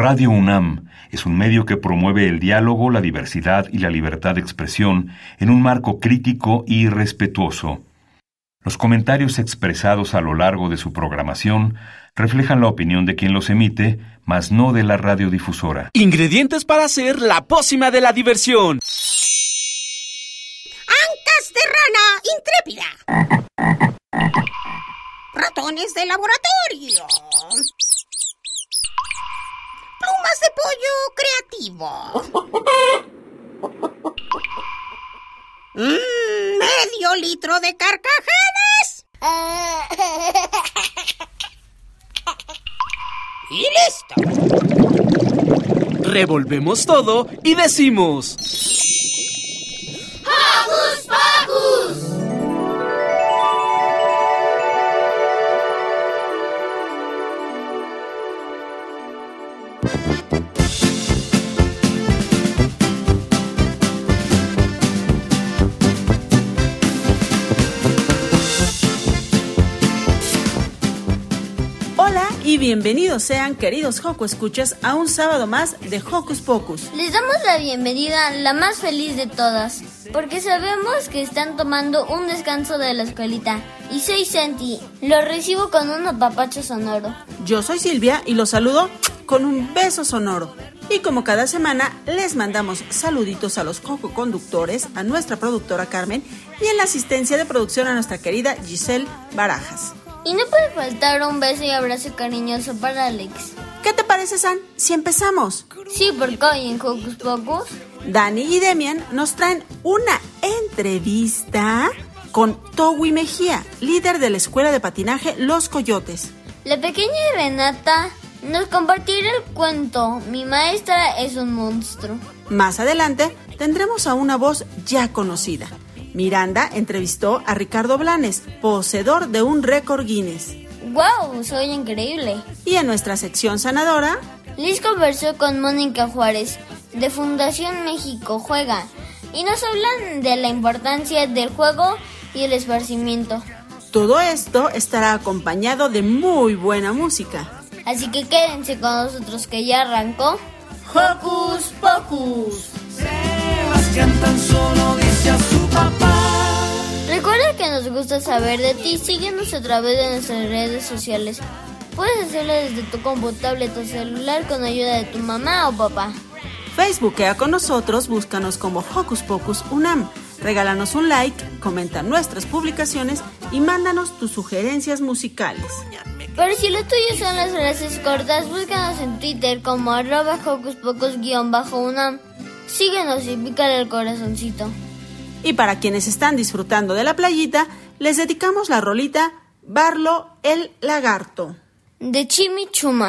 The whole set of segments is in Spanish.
Radio UNAM es un medio que promueve el diálogo, la diversidad y la libertad de expresión en un marco crítico y respetuoso. Los comentarios expresados a lo largo de su programación reflejan la opinión de quien los emite, mas no de la radiodifusora. Ingredientes para hacer la pócima de la diversión. Ancas de rana intrépida. Ratones de laboratorio. Plumas de pollo creativo. Medio litro de carcajadas. Y listo. Revolvemos todo y decimos: ¡Hocus Pocus! Y bienvenidos sean, queridos Joco Escuchas, a un sábado más de Hocus Pocus. Les damos la bienvenida, la más feliz de todas, porque sabemos que están tomando un descanso de la escuelita. Y soy Santi, lo recibo con un apapacho sonoro. Yo soy Silvia y los saludo con un beso sonoro. Y como cada semana, les mandamos saluditos a los Joco conductores, a nuestra productora Carmen y en la asistencia de producción a nuestra querida Giselle Barajas. Y no puede faltar un beso y abrazo cariñoso para Alex. ¿Qué te parece, San, si empezamos? Sí, porque hoy en Hocus Pocus Dani y Demian nos traen una entrevista con Towi Mejía, líder de la escuela de patinaje Los Coyotes. La pequeña Renata nos compartirá el cuento Mi maestra es un monstruo. Más adelante tendremos a una voz ya conocida. Miranda entrevistó a Ricardo Blanes, poseedor de un récord Guinness. ¡Wow! Soy increíble. Y en nuestra sección sanadora, Liz conversó con Mónica Juárez, de Fundación México Juega, y nos hablan de la importancia del juego y el esparcimiento. Todo esto estará acompañado de muy buena música. Así que quédense con nosotros que ya arrancó Hocus Pocus. Sebastián tan solo dice a su papá. Recuerda que nos gusta saber de ti. Síguenos a través de nuestras redes sociales. Puedes hacerlo desde tu computadora o celular con ayuda de tu mamá o papá. Facebookea con nosotros, búscanos como Hocus Pocus UNAM. Regálanos un like, comenta nuestras publicaciones y mándanos tus sugerencias musicales. Pero si lo tuyo son las frases cortas, búscanos en Twitter como @hocuspocus_UNAM. Síguenos y pícale el corazoncito. Y para quienes están disfrutando de la playita, les dedicamos la rolita Barlo el Lagarto, de Chimichuma.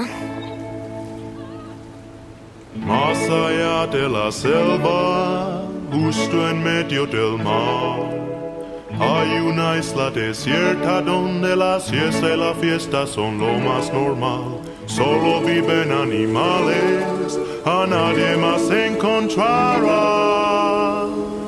Más allá de la selva, justo en medio del mar, hay una isla desierta donde la siesta y la fiesta son lo más normal. Solo viven animales, a nadie más encontrará.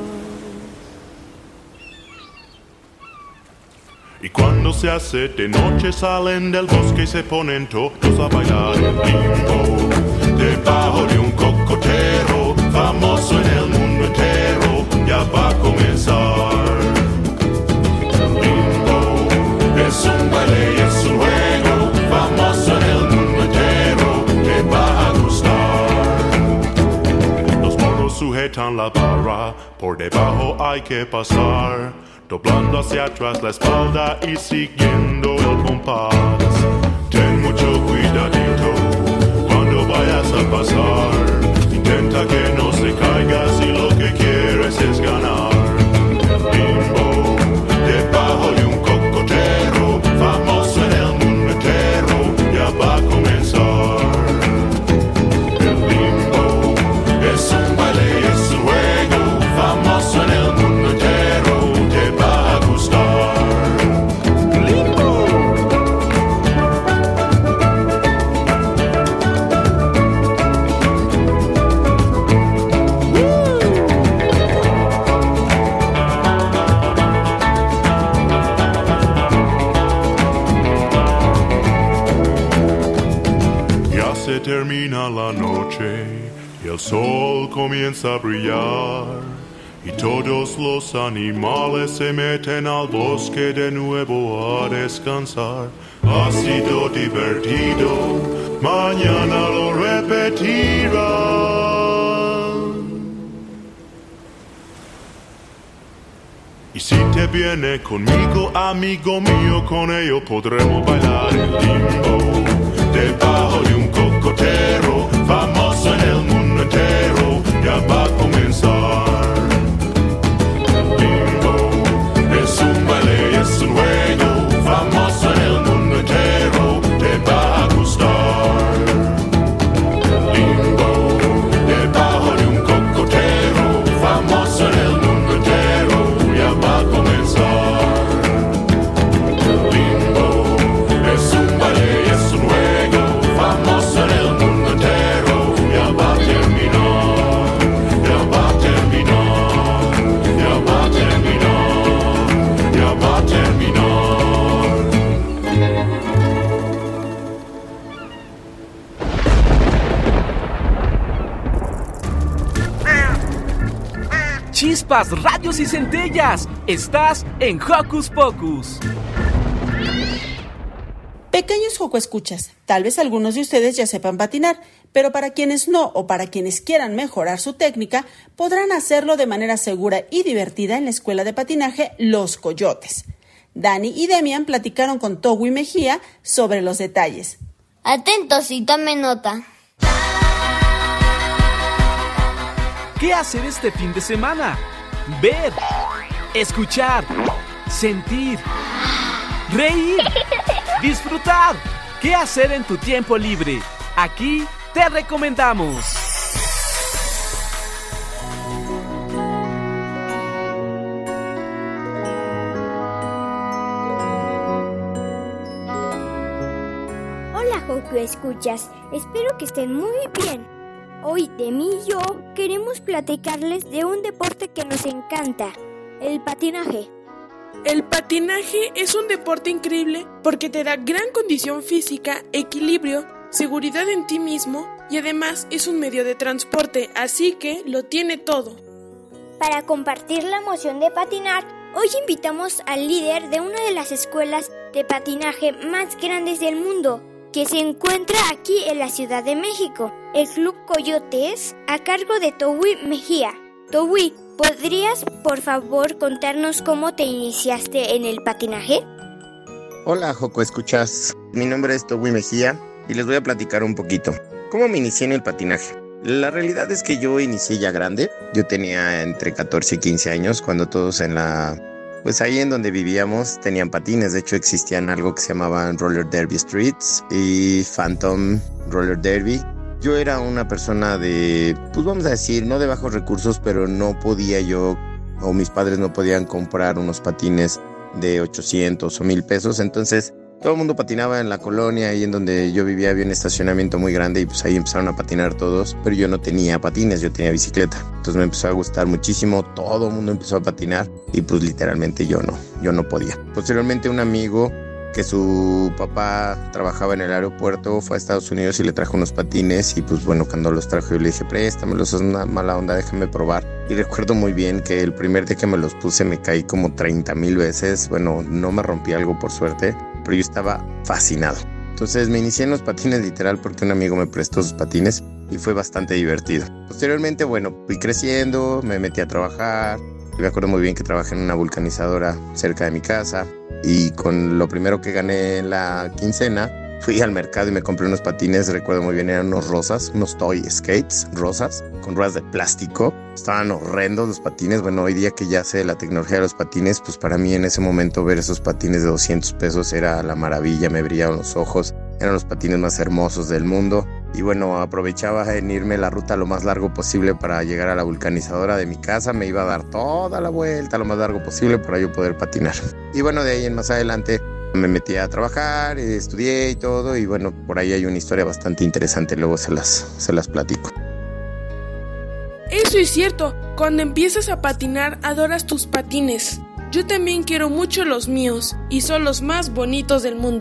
Y cuando se hace de noche salen del bosque y se ponen todos a bailar el limbo. Debajo de un cocotero, famoso en el mundo entero, ya va a comenzar. El limbo es un baile y es un juego, famoso en el mundo entero, te va a gustar. Los monos sujetan la barra, por debajo hay que pasar, doblando hacia atrás la espalda y siguiendo el compás. Ten mucho cuidadito cuando vayas a pasar. Intenta que no se caiga si lo que quieres es ganar. Limbo, debajo de un cocotero, famoso en el mundo entero, ya va a comenzar. El limbo es un baile, es un juego, famoso en el mundo entero, te va a gustar. Limbo. termina la noche y el sol comienza a brillar y todos los animales se meten al bosque de nuevo a descansar. Ha sido divertido, mañana lo repetirán. Y si te viene conmigo, amigo mío, con ello podremos bailar el limbo debajo de un cocotero, famoso en el mundo entero, ya va a comenzar. Limbo es un baile y es un juego, famoso en el mundo entero, te va a gustar. Limbo debajo de un cocotero, famoso en el mundo entero, ya va a comenzar. Limbo es un baile y es un juego, famoso en el mundo entero, ya va a terminar, ya va a terminar, ya va a terminar, ya va a terminar. Chispas, radios y centellas. Estás en Hocus Pocus. Pequeños Joco Escuchas, tal vez algunos de ustedes ya sepan patinar, pero para quienes no o para quienes quieran mejorar su técnica, podrán hacerlo de manera segura y divertida en la escuela de patinaje Los Coyotes. Dani y Demian platicaron con Towi Mejía sobre los detalles. Atentos y tomen nota. ¿Qué hacer este fin de semana? Ver, escuchar, sentir, reír, disfrutar. ¿Qué hacer en tu tiempo libre? Aquí te recomendamos. Hola, Joco Escuchas. Espero que estén muy bien. Hoy, Demi y yo queremos platicarles de un deporte que nos encanta, el patinaje. El patinaje es un deporte increíble porque te da gran condición física, equilibrio, seguridad en ti mismo y además es un medio de transporte, así que lo tiene todo. Para compartir la emoción de patinar, hoy invitamos al líder de una de las escuelas de patinaje más grandes del mundo, que se encuentra aquí en la Ciudad de México, el Club Coyotes, a cargo de Towi Mejía. Towi, ¿podrías, por favor, contarnos cómo te iniciaste en el patinaje? Hola, Joco Escuchas. Mi nombre es Towi Mejía y les voy a platicar un poquito. ¿Cómo me inicié en el patinaje? La realidad es que yo inicié ya grande. Yo tenía entre 14 y 15 años cuando todos pues ahí en donde vivíamos tenían patines. De hecho existían algo que se llamaban Roller Derby Streets y Phantom Roller Derby. Yo era una persona de, pues vamos a decir, no de bajos recursos, pero no podía yo, o mis padres no podían comprar unos patines de 800 o 1,000 pesos. Entonces todo el mundo patinaba en la colonia, ahí en donde yo vivía había un estacionamiento muy grande y pues ahí empezaron a patinar todos, pero yo no tenía patines, yo tenía bicicleta. Entonces me empezó a gustar muchísimo, todo el mundo empezó a patinar y pues literalmente yo no podía. Posteriormente un amigo que su papá trabajaba en el aeropuerto fue a Estados Unidos y le trajo unos patines y pues bueno, cuando los trajo yo le dije, préstamelos, es una mala onda, déjame probar. Y recuerdo muy bien que el primer día que me los puse me caí como 30,000 veces. Bueno, no me rompí algo por suerte, pero yo estaba fascinado. Entonces me inicié en los patines literal porque un amigo me prestó sus patines y fue bastante divertido. Posteriormente, bueno, fui creciendo, me metí a trabajar. Y me acuerdo muy bien que trabajé en una vulcanizadora cerca de mi casa y con lo primero que gané en la quincena fui al mercado y me compré unos patines, recuerdo muy bien, eran unos rosas, unos toy skates rosas con ruedas de plástico. Estaban horrendos los patines. Bueno, hoy día que ya sé la tecnología de los patines, pues para mí en ese momento ver esos patines de 200 pesos era la maravilla, me brillaban los ojos, eran los patines más hermosos del mundo. Y bueno, aprovechaba en irme la ruta lo más largo posible para llegar a la vulcanizadora de mi casa. Me iba a dar toda la vuelta lo más largo posible para yo poder patinar. Y bueno, de ahí en más adelante me metí a trabajar, estudié y todo. Y bueno, por ahí hay una historia bastante interesante, luego se las platico. Eso es cierto, cuando empiezas a patinar adoras tus patines. Yo también quiero mucho los míos y son los más bonitos del mundo.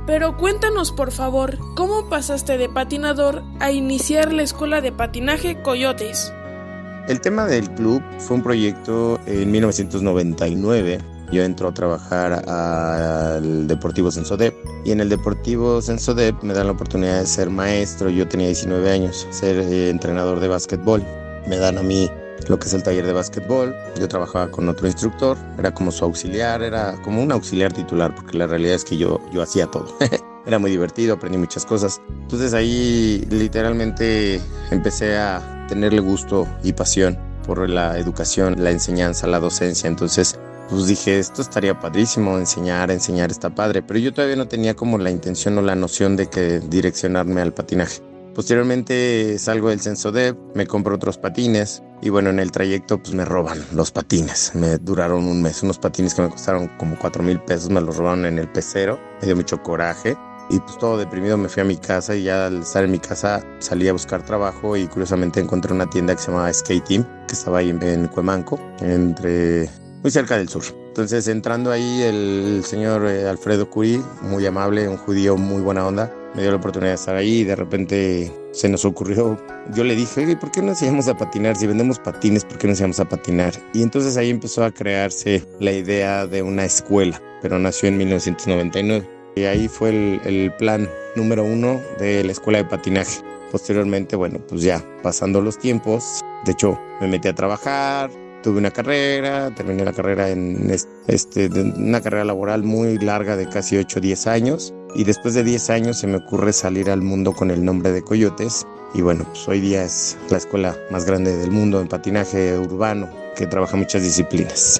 Pero cuéntanos por favor, ¿cómo pasaste de patinador a iniciar la escuela de patinaje Coyotes? El tema del club fue un proyecto en 1999. Yo entro a trabajar al Deportivo Sensodep y en el Deportivo Sensodep me dan la oportunidad de ser maestro. Yo tenía 19 años, ser entrenador de básquetbol. Me dan a mí lo que es el taller de básquetbol. Yo trabajaba con otro instructor, era como su auxiliar, era como un auxiliar titular, porque la realidad es que yo hacía todo. Era muy divertido, aprendí muchas cosas. Entonces ahí literalmente empecé a tenerle gusto y pasión por la educación, la enseñanza, la docencia. Entonces pues dije, esto estaría padrísimo, enseñar está padre, pero yo todavía no tenía como la intención o la noción de que direccionarme al patinaje. Posteriormente salgo del Sensodep, me compro otros patines y bueno, en el trayecto pues me roban los patines. Me duraron un mes, unos patines que me costaron como 4,000 pesos, me los robaron en el pecero, me dio mucho coraje y pues todo deprimido me fui a mi casa y ya al estar en mi casa salí a buscar trabajo y curiosamente encontré una tienda que se llamaba Skate Team, que estaba ahí en Cuemanco, muy cerca del sur. Entonces entrando ahí el señor Alfredo Curí, muy amable, un judío muy buena onda, me dio la oportunidad de estar ahí y de repente se nos ocurrió, yo le dije, oye, ¿por qué no nos íbamos a patinar? Si vendemos patines, ¿por qué no nos íbamos a patinar? Y entonces ahí empezó a crearse la idea de una escuela, pero nació en 1999. Y ahí fue el plan número 1 de la escuela de patinaje. Posteriormente, bueno, pues ya pasando los tiempos, de hecho me metí a trabajar, tuve una carrera, terminé la carrera en una carrera laboral muy larga de casi 8 o 10 años. Y después de 10 años se me ocurre salir al mundo con el nombre de Coyotes. Y bueno, pues hoy día es la escuela más grande del mundo en patinaje urbano, que trabaja muchas disciplinas.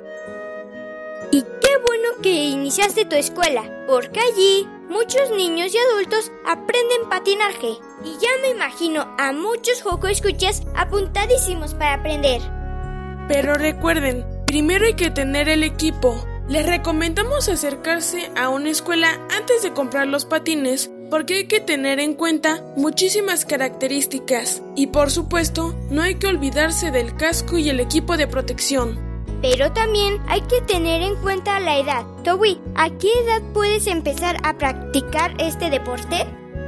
Y qué bueno que iniciaste tu escuela, porque allí muchos niños y adultos aprenden patinaje. Y ya me imagino a muchos Joco Escuchas apuntadísimos para aprender. Pero recuerden, primero hay que tener el equipo. Les recomendamos acercarse a una escuela antes de comprar los patines, porque hay que tener en cuenta muchísimas características. Y por supuesto, no hay que olvidarse del casco y el equipo de protección. Pero también hay que tener en cuenta la edad. Towi, ¿a qué edad puedes empezar a practicar este deporte?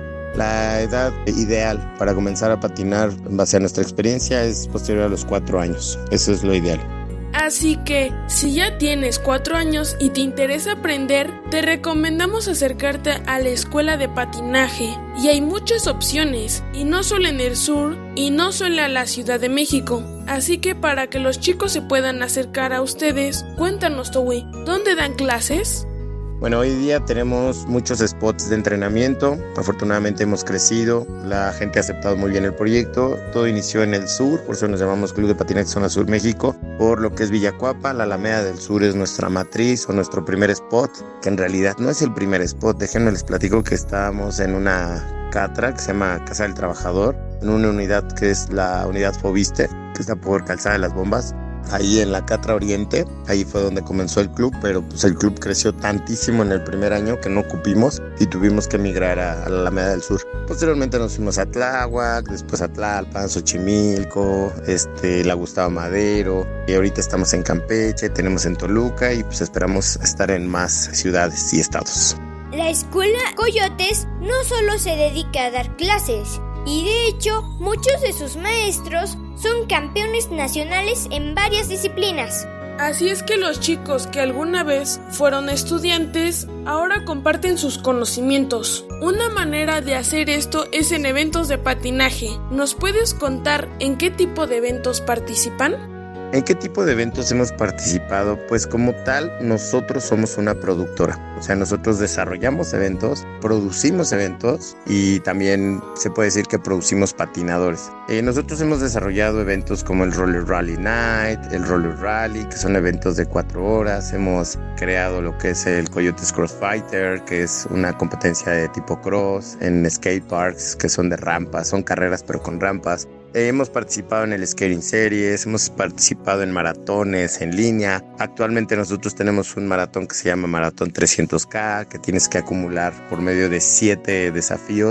La edad ideal para comenzar a patinar en base a nuestra experiencia es posterior a los 4 años. Eso es lo ideal. Así que, si ya tienes 4 años y te interesa aprender, te recomendamos acercarte a la escuela de patinaje. Y hay muchas opciones, y no solo en el sur, y no solo en la Ciudad de México. Así que para que los chicos se puedan acercar a ustedes, cuéntanos, Towi, ¿dónde dan clases? Bueno, hoy día tenemos muchos spots de entrenamiento. Afortunadamente hemos crecido, la gente ha aceptado muy bien el proyecto. Todo inició en el sur, por eso nos llamamos Club de Patinaje Zona Sur México, por lo que es Villacuapa. La Alameda del Sur es nuestra matriz o nuestro primer spot, que en realidad no es el primer spot. Déjenme les platico que estábamos en una catra que se llama Casa del Trabajador, en una unidad que es la unidad Fobiste, que está por Calzada de las Bombas. Ahí en la Catra Oriente, ahí fue donde comenzó el club, pero pues el club creció tantísimo en el primer año que no cupimos y tuvimos que emigrar a la Alameda del Sur. Posteriormente nos fuimos a Tláhuac, después a Tlalpan, Xochimilco, la Gustavo Madero, y ahorita estamos en Campeche, tenemos en Toluca y pues esperamos estar en más ciudades y estados. La escuela Coyotes no solo se dedica a dar clases, y de hecho muchos de sus maestros son campeones nacionales en varias disciplinas. Así es que los chicos que alguna vez fueron estudiantes ahora comparten sus conocimientos. Una manera de hacer esto es en eventos de patinaje. ¿Nos puedes contar en qué tipo de eventos participan? ¿En qué tipo de eventos hemos participado? Pues como tal, nosotros somos una productora. O sea, nosotros desarrollamos eventos, producimos eventos y también se puede decir que producimos patinadores. Nosotros hemos desarrollado eventos como el Roller Rally Night, el Roller Rally, que son eventos de 4 horas. Hemos creado lo que es el Coyotes Crossfighter, que es una competencia de tipo cross, en skate parks, que son de rampas, son carreras pero con rampas. Hemos participado en el Skating Series, hemos participado en maratones en línea. Actualmente nosotros tenemos un maratón que se llama Maratón 300K, que tienes que acumular por medio de 7 desafíos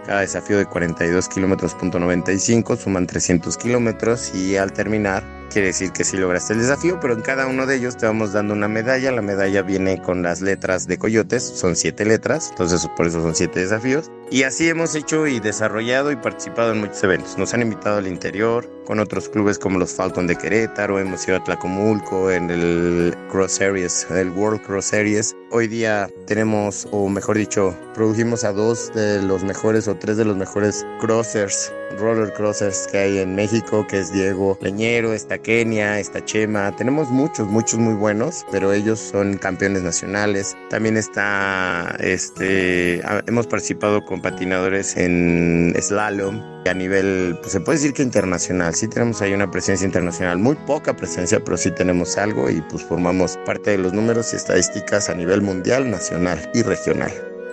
Cada desafío de 42 kilómetros .95 suman 300 kilómetros y al terminar quiere decir que sí lograste el desafío, pero en cada uno de ellos te vamos dando una medalla. La medalla viene con las letras de Coyotes, son 7 letras, entonces por eso son 7 desafíos. Y así hemos hecho y desarrollado y participado en muchos eventos. Nos han invitado al interior con otros clubes como los Falcon de Querétaro, hemos ido a Tlacomulco en el Cross Series, el World Cross Series. Hoy día tenemos, o mejor dicho, produjimos a 2 de los mejores o 3 de los mejores crossers, roller crossers que hay en México, que es Diego Leñero, está Kenia, está Chema. Tenemos muchos muy buenos, pero ellos son campeones nacionales. También está, hemos participado con patinadores en slalom a nivel, pues se puede decir que internacional. Sí tenemos ahí una presencia internacional, muy poca presencia, pero sí tenemos algo y pues formamos parte de los números y estadísticas a nivel mundial, nacional y regional.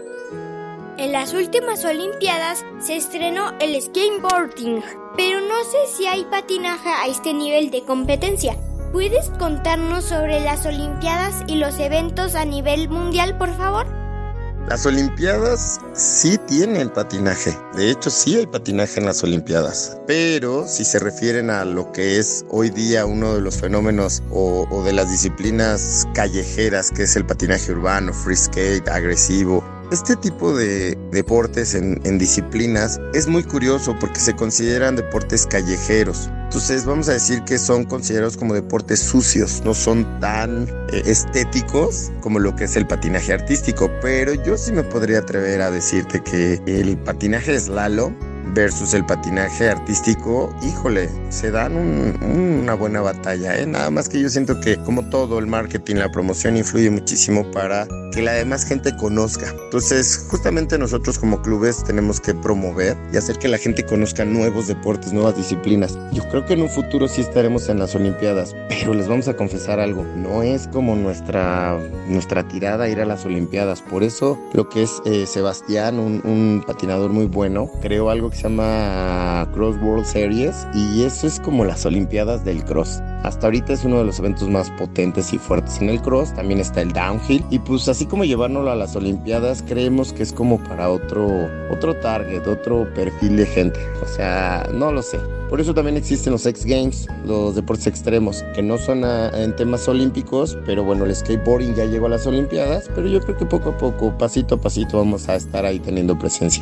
En las últimas Olimpiadas se estrenó el skateboarding, pero no sé si hay patinaje a este nivel de competencia. ¿Puedes contarnos sobre las Olimpiadas y los eventos a nivel mundial, por favor? Las Olimpiadas sí tienen patinaje. De hecho, sí hay patinaje en las Olimpiadas. Pero si se refieren a lo que es hoy día uno de los fenómenos o de las disciplinas callejeras, que es el patinaje urbano, free skate, agresivo, este tipo de deportes en disciplinas es muy curioso porque se consideran deportes callejeros. Entonces vamos a decir que son considerados como deportes sucios, no son tan estéticos como lo que es el patinaje artístico, pero yo sí me podría atrever a decirte que el patinaje slalom versus el patinaje artístico, híjole, se dan una buena batalla, ¿eh? Nada más que yo siento que, como todo, el marketing, la promoción influye muchísimo para que la demás gente conozca. Entonces, justamente nosotros como clubes tenemos que promover y hacer que la gente conozca nuevos deportes, nuevas disciplinas. Yo creo que en un futuro sí estaremos en las Olimpiadas, pero les vamos a confesar algo, no es como nuestra tirada ir a las Olimpiadas. Por eso, lo que es Sebastián, un patinador muy bueno, creó algo que se llama Cross World Series y eso es como las Olimpiadas del cross. Hasta ahorita es uno de los eventos más potentes y fuertes en el cross. También está el downhill y pues así como llevárnoslo a las Olimpiadas, creemos que es como para otro target, otro perfil de gente. O sea, no lo sé. Por eso también existen los X Games, los deportes extremos, que no son en temas olímpicos, pero bueno, el skateboarding ya llegó a las Olimpiadas, pero yo creo que poco a poco, pasito a pasito, vamos a estar ahí teniendo presencia.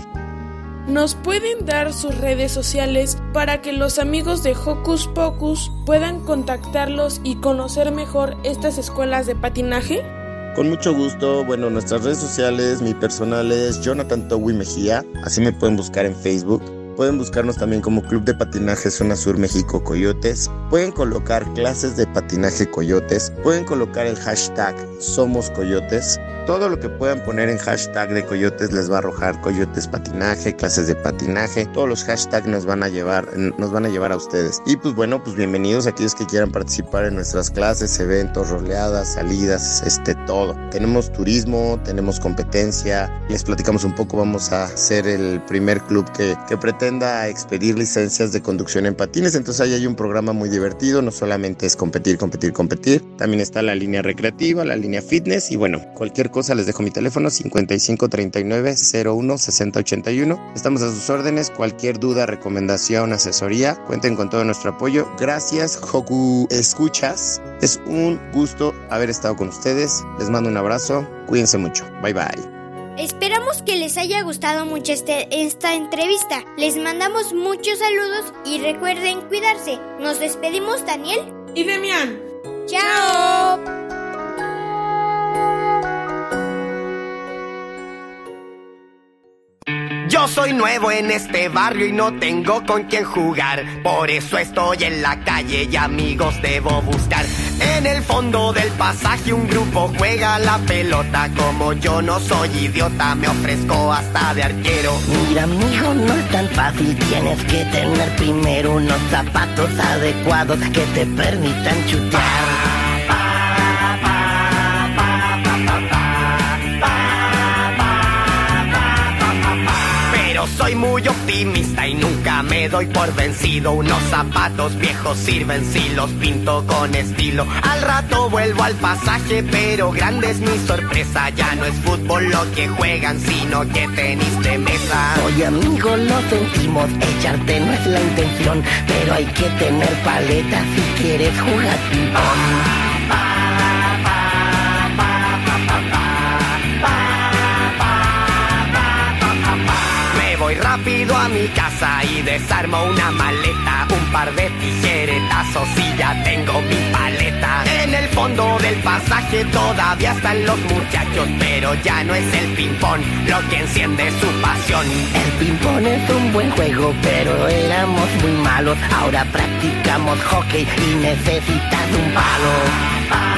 ¿Nos pueden dar sus redes sociales para que los amigos de Hocus Pocus puedan contactarlos y conocer mejor estas escuelas de patinaje? Con mucho gusto. Bueno, nuestras redes sociales, mi personal es Jonathan Towi Mejía, así me pueden buscar en Facebook. Pueden buscarnos también como Club de Patinaje Zona Sur México Coyotes. Pueden colocar clases de patinaje Coyotes. Pueden colocar el hashtag Somos Coyotes. Todo lo que puedan poner en hashtag de Coyotes les va a arrojar Coyotes Patinaje, clases de patinaje. Todos los hashtags nos van a llevar a ustedes. Y pues bueno, pues bienvenidos a aquellos que quieran participar en nuestras clases, eventos, roleadas, salidas, todo. Tenemos turismo, tenemos competencia. Les platicamos un poco, vamos a ser el primer club que pretenda expedir licencias de conducción en patines. Entonces ahí hay un programa muy divertido, no solamente es competir. También está la línea recreativa, la línea fitness y bueno, cualquier cosa les dejo mi teléfono 5539-01-6081. Estamos a sus órdenes, cualquier duda, recomendación, asesoría, cuenten con todo nuestro apoyo. Gracias, Hoku Escuchas. Es un gusto haber estado con ustedes. Les mando un abrazo. Cuídense mucho. Bye bye. Esperamos que les haya gustado mucho esta entrevista. Les mandamos muchos saludos y recuerden cuidarse. Nos despedimos, Daniel y Demián. ¡Chao! Yo soy nuevo en este barrio y no tengo con quién jugar. Por eso estoy en la calle y amigos debo buscar. En el fondo del pasaje un grupo juega la pelota. Como yo no soy idiota, me ofrezco hasta de arquero. Mira, amigo, no es tan fácil. Tienes que tener primero unos zapatos adecuados que te permitan chutear. soy muy optimista y nunca me doy por vencido. Unos zapatos viejos sirven si los pinto con estilo. Al rato vuelvo al pasaje, pero grande es mi sorpresa. Ya no es fútbol lo que juegan, sino que tenis de mesa. Oye amigo, lo sentimos, echarte no es la intención, pero hay que tener paleta si quieres jugar ping-pong. Voy rápido a mi casa y desarmo una maleta, un par de tijeretazos y ya tengo mi paleta. En el fondo del pasaje todavía están los muchachos, pero ya no es el ping-pong lo que enciende su pasión. El ping-pong es un buen juego, pero éramos muy malos. Ahora practicamos hockey y necesitas un palo.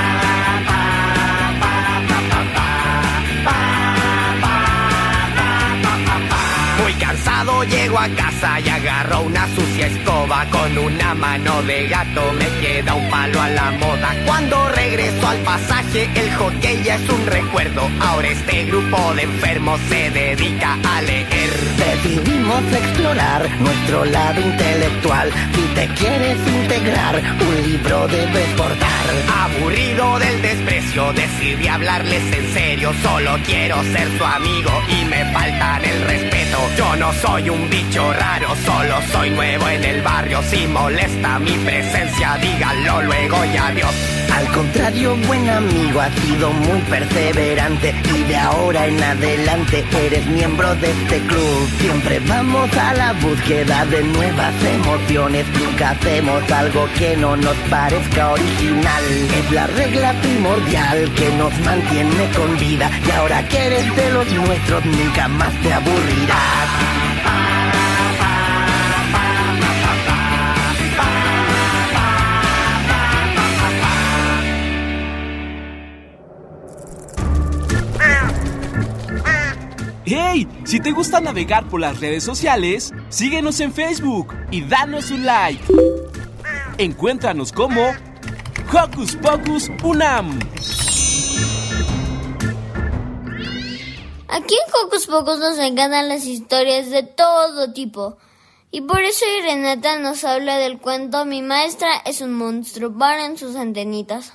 Muy cansado llego a casa y agarro una sucia escoba. Con una mano de gato me queda un palo a la moda. Cuando regreso al pasaje el hockey ya es un recuerdo. Ahora este grupo de enfermos se dedica a leer. Decidimos explorar nuestro lado intelectual. Si te quieres integrar, un libro debes portar. Aburrido del desprecio, decidí hablarles en serio. Solo quiero ser su amigo y me faltan el respeto. Yo no soy un bicho raro, solo soy nuevo en el barrio. Si molesta mi presencia, díganlo luego y adiós. Al contrario, buen amigo, has sido muy perseverante y de ahora en adelante eres miembro de este club. Siempre vamos a la búsqueda de nuevas emociones. Nunca hacemos algo que no nos parezca original. Es la regla primordial que nos mantiene con vida. Y ahora que eres de los nuestros, nunca más te aburrirás. ¡Hey! Si te gusta navegar por las redes sociales, síguenos en Facebook y danos un like. Encuéntranos como Hocus Pocus Unam. Aquí en Hocus Pocus nos encantan las historias de todo tipo. Y por eso hoy Renata nos habla del cuento Mi maestra es un monstruo. Paren sus antenitas.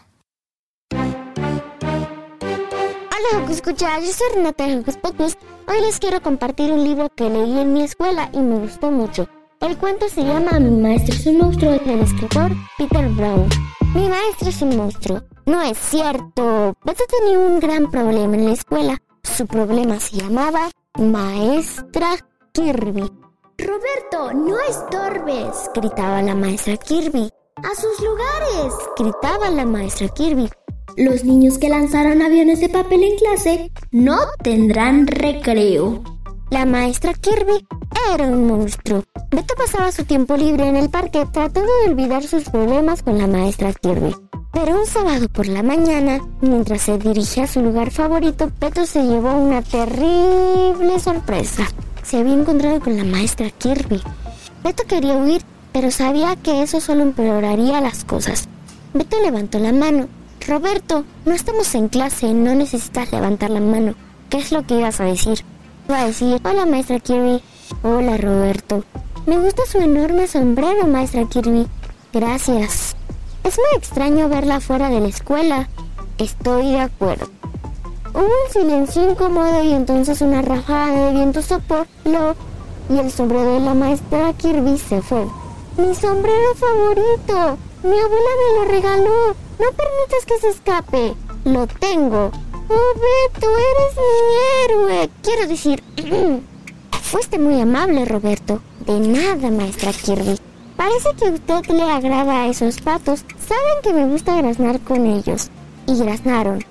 Hola, Hocus Escucha, yo soy Renata de Hocus Pocus. Hoy les quiero compartir un libro que leí en mi escuela y me gustó mucho. El cuento se llama Mi maestro es un monstruo, del escritor Peter Brown. Mi maestro es un monstruo. No es cierto. Beto tenía un gran problema en la escuela. Su problema se llamaba Maestra Kirby. Roberto, no estorbes, gritaba la maestra Kirby. ¡A sus lugares!, gritaba la maestra Kirby. Los niños que lanzaron aviones de papel en clase no tendrán recreo. La maestra Kirby era un monstruo. Beto pasaba su tiempo libre en el parque tratando de olvidar sus problemas con la maestra Kirby. Pero un sábado por la mañana, mientras se dirigía a su lugar favorito, Beto se llevó una terrible sorpresa. Se había encontrado con la maestra Kirby. Beto quería huir, pero sabía que eso solo empeoraría las cosas. Beto levantó la mano. Roberto, no estamos en clase, no necesitas levantar la mano. ¿Qué es lo que ibas a decir? Iba a decir, hola maestra Kirby. Hola Roberto. Me gusta su enorme sombrero, maestra Kirby. Gracias. Es muy extraño verla fuera de la escuela. Estoy de acuerdo. Hubo un silencio incómodo y entonces una ráfaga de viento sopló y el sombrero de la maestra Kirby se fue. ¡Mi sombrero favorito! ¡Mi abuela me lo regaló! ¡No permitas que se escape! ¡Lo tengo! ¡Oh, Beto, eres mi héroe! Quiero decir... Fuiste muy amable, Roberto. De nada, maestra Kirby. Parece que a usted le agrada a esos patos. Saben que me gusta graznar con ellos. Y graznaron.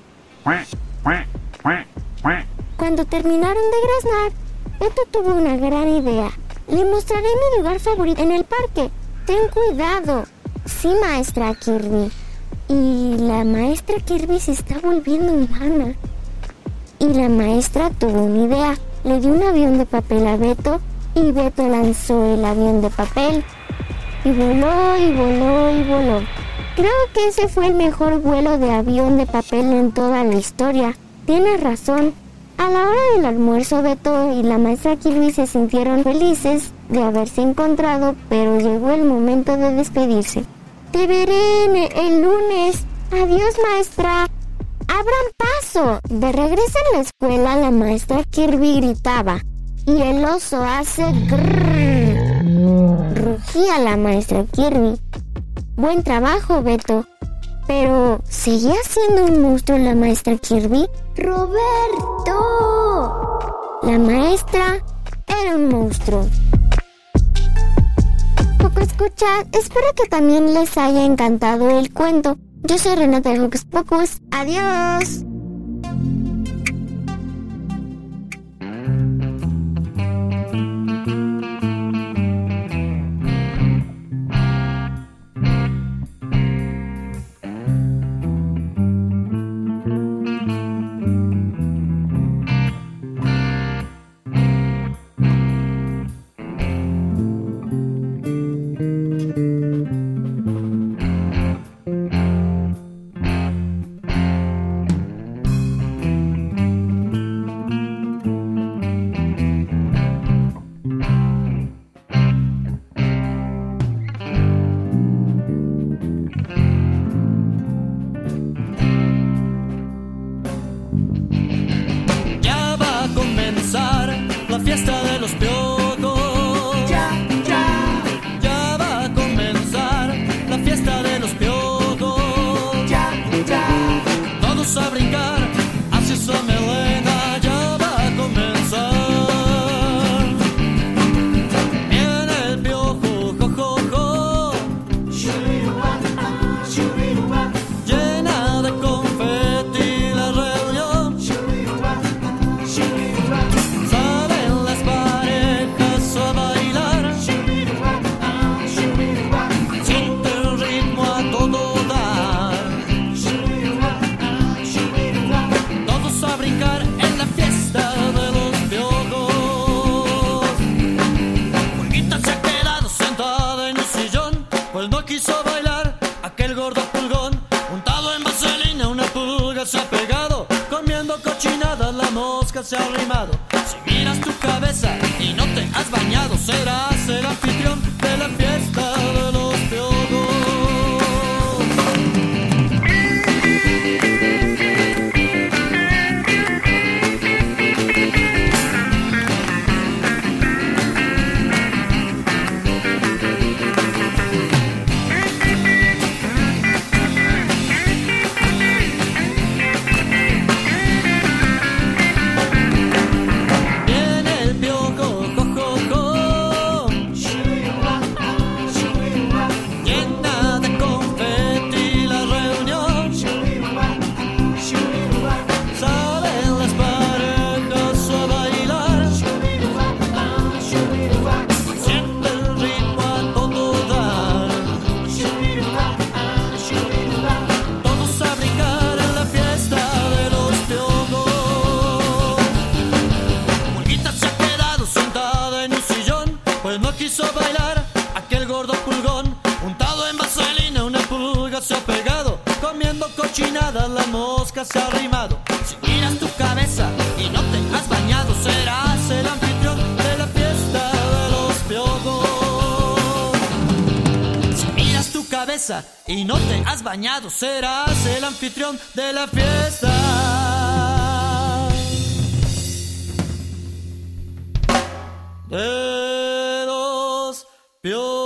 Cuando terminaron de graznar, Beto tuvo una gran idea. Le mostraré mi lugar favorito en el parque. Ten cuidado. Sí, maestra Kirby. Y la maestra Kirby se está volviendo humana. Y la maestra tuvo una idea. Le dio un avión de papel a Beto y Beto lanzó el avión de papel. Y voló, y voló, y voló. Creo que ese fue el mejor vuelo de avión de papel en toda la historia. Tienes razón. A la hora del almuerzo, Beto y la maestra Kirby se sintieron felices de haberse encontrado, pero llegó el momento de despedirse. Te veré el lunes. Adiós, maestra. ¡Abran paso! De regreso en la escuela, la maestra Kirby gritaba y el oso hace grrr. Rugía la maestra Kirby. Buen trabajo, Beto. Pero, ¿seguía siendo un monstruo la maestra Kirby? ¡Roberto! La maestra era un monstruo. Joco Escucha, espero que también les haya encantado el cuento. Yo soy Renata de Hocus Pocus. ¡Adiós! Se ha arrimado. Si miras tu cabeza y no te has bañado, serás el anfitrión de la fiesta de los piojos. Se ha pegado, comiendo cochinadas, la mosca se ha arrimado. Si miras tu cabeza y no te has bañado, serás el anfitrión de la fiesta de los piojos. Si miras tu cabeza y no te has bañado, serás el anfitrión de la fiesta de los piojos.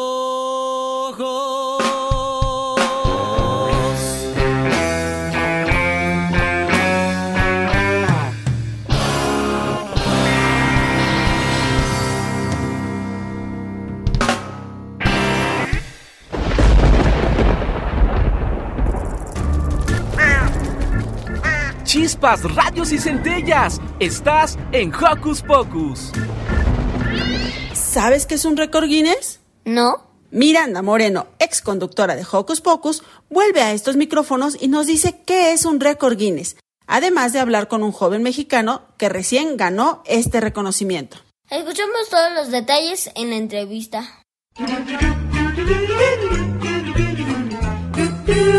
Chispas, radios y centellas. Estás en Hocus Pocus. ¿Sabes qué es un récord Guinness? No. Miranda Moreno, ex conductora de Hocus Pocus, vuelve a estos micrófonos y nos dice qué es un récord Guinness, además de hablar con un joven mexicano que recién ganó este reconocimiento. Escuchamos todos los detalles en la entrevista.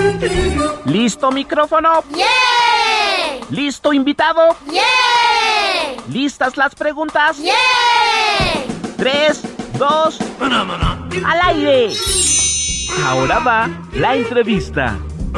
¿Listo micrófono? ¡Yeah! ¿Listo invitado? ¡Yeah! ¿Listas las preguntas? ¡Yeah! 3, 2, ¡al aire! Ahora va la entrevista.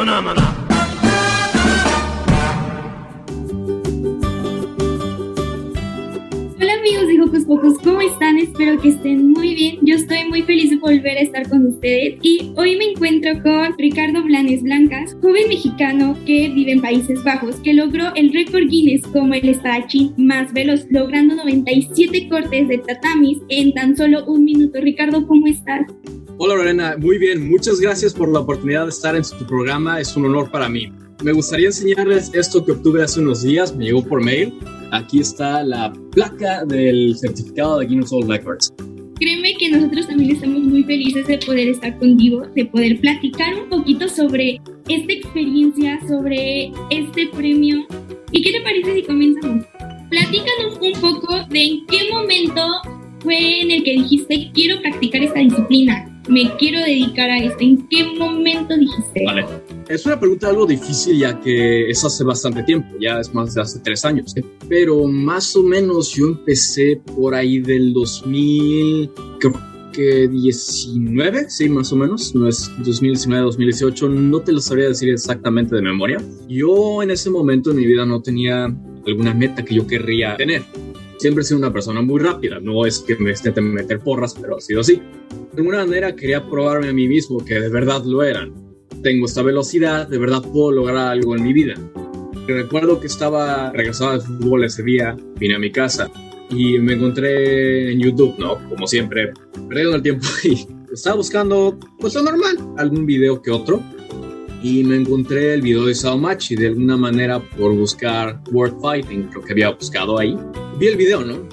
Hola amigos de Hocus Pocus, ¿cómo están? Espero que estén muy bien. Yo estoy muy feliz de volver a estar con ustedes y hoy me encuentro con Ricardo Blanes Blancas, joven mexicano que vive en Países Bajos, que logró el récord Guinness como el espadachín más veloz, logrando 97 cortes de tatamis en tan solo 1 minuto. Ricardo, ¿cómo estás? Hola Lorena, muy bien, muchas gracias por la oportunidad de estar en tu programa, es un honor para mí. Me gustaría enseñarles esto que obtuve hace unos días, me llegó por mail. Aquí está la placa del certificado de Guinness World Records. Créeme que nosotros también estamos muy felices de poder estar contigo, de poder platicar un poquito sobre esta experiencia, sobre este premio. ¿Y qué te parece si comenzamos? Platícanos un poco de en qué momento fue en el que dijiste quiero practicar esta disciplina, me quiero dedicar a esto. ¿En qué momento dijiste? Vale. Es una pregunta algo difícil ya que es hace bastante tiempo, ya es más de hace 3 años. Pero más o menos yo empecé por ahí del 2000, creo que 19, sí, más o menos. No es 2019, 2018, no te lo sabría decir exactamente de memoria. Yo en ese momento en mi vida no tenía alguna meta que yo querría tener. Siempre he sido una persona muy rápida, no es que me esté meter porras, pero ha sido así. De alguna manera quería probarme a mí mismo que de verdad lo eran. Tengo esta velocidad, de verdad puedo lograr algo en mi vida. Recuerdo que estaba regresado del fútbol ese día, vine a mi casa y me encontré en YouTube, ¿no? Como siempre, perdiendo el tiempo y estaba buscando, pues lo normal, algún video que otro. Y me encontré el video de Saomachi, de alguna manera por buscar World Fighting, creo que había buscado ahí. Vi el video, ¿no?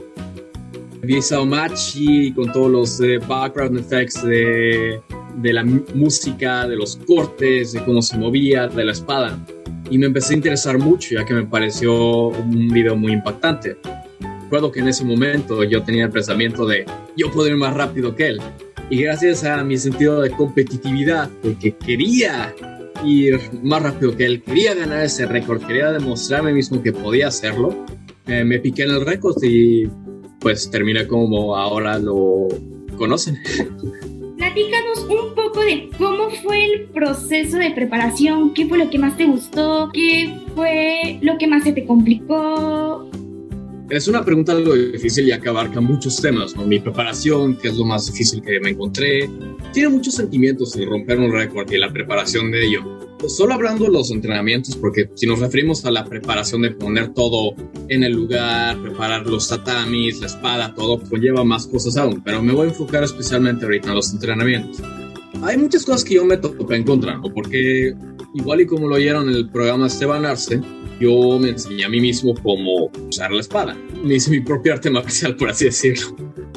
Vi Saomachi con todos los background effects de la música, de los cortes, de cómo se movía, de la espada. Y me empecé a interesar mucho, ya que me pareció un video muy impactante. Recuerdo que en ese momento yo tenía el pensamiento de yo puedo ir más rápido que él. Y gracias a mi sentido de competitividad, de que quería ir más rápido que él, quería ganar ese récord, quería demostrarme a mí mismo que podía hacerlo, me piqué en el récord y pues terminé como ahora lo conocen. Platícanos un poco de cómo fue el proceso de preparación, qué fue lo que más te gustó, qué fue lo que más se te complicó. Es una pregunta algo difícil ya que abarca muchos temas, ¿no? Mi preparación, que es lo más difícil que me encontré. Tiene muchos sentimientos el romper un récord y la preparación de ello. Pues solo hablando de los entrenamientos, porque si nos referimos a la preparación de poner todo en el lugar, preparar los tatamis, la espada, todo, conlleva más cosas aún. Pero me voy a enfocar especialmente ahorita en los entrenamientos. Hay muchas cosas que yo me topé en contra, ¿no? Porque igual y como lo oyeron en el programa Esteban Arce, yo me enseñé a mí mismo cómo usar la espada. Me hice mi propio arte marcial, por así decirlo.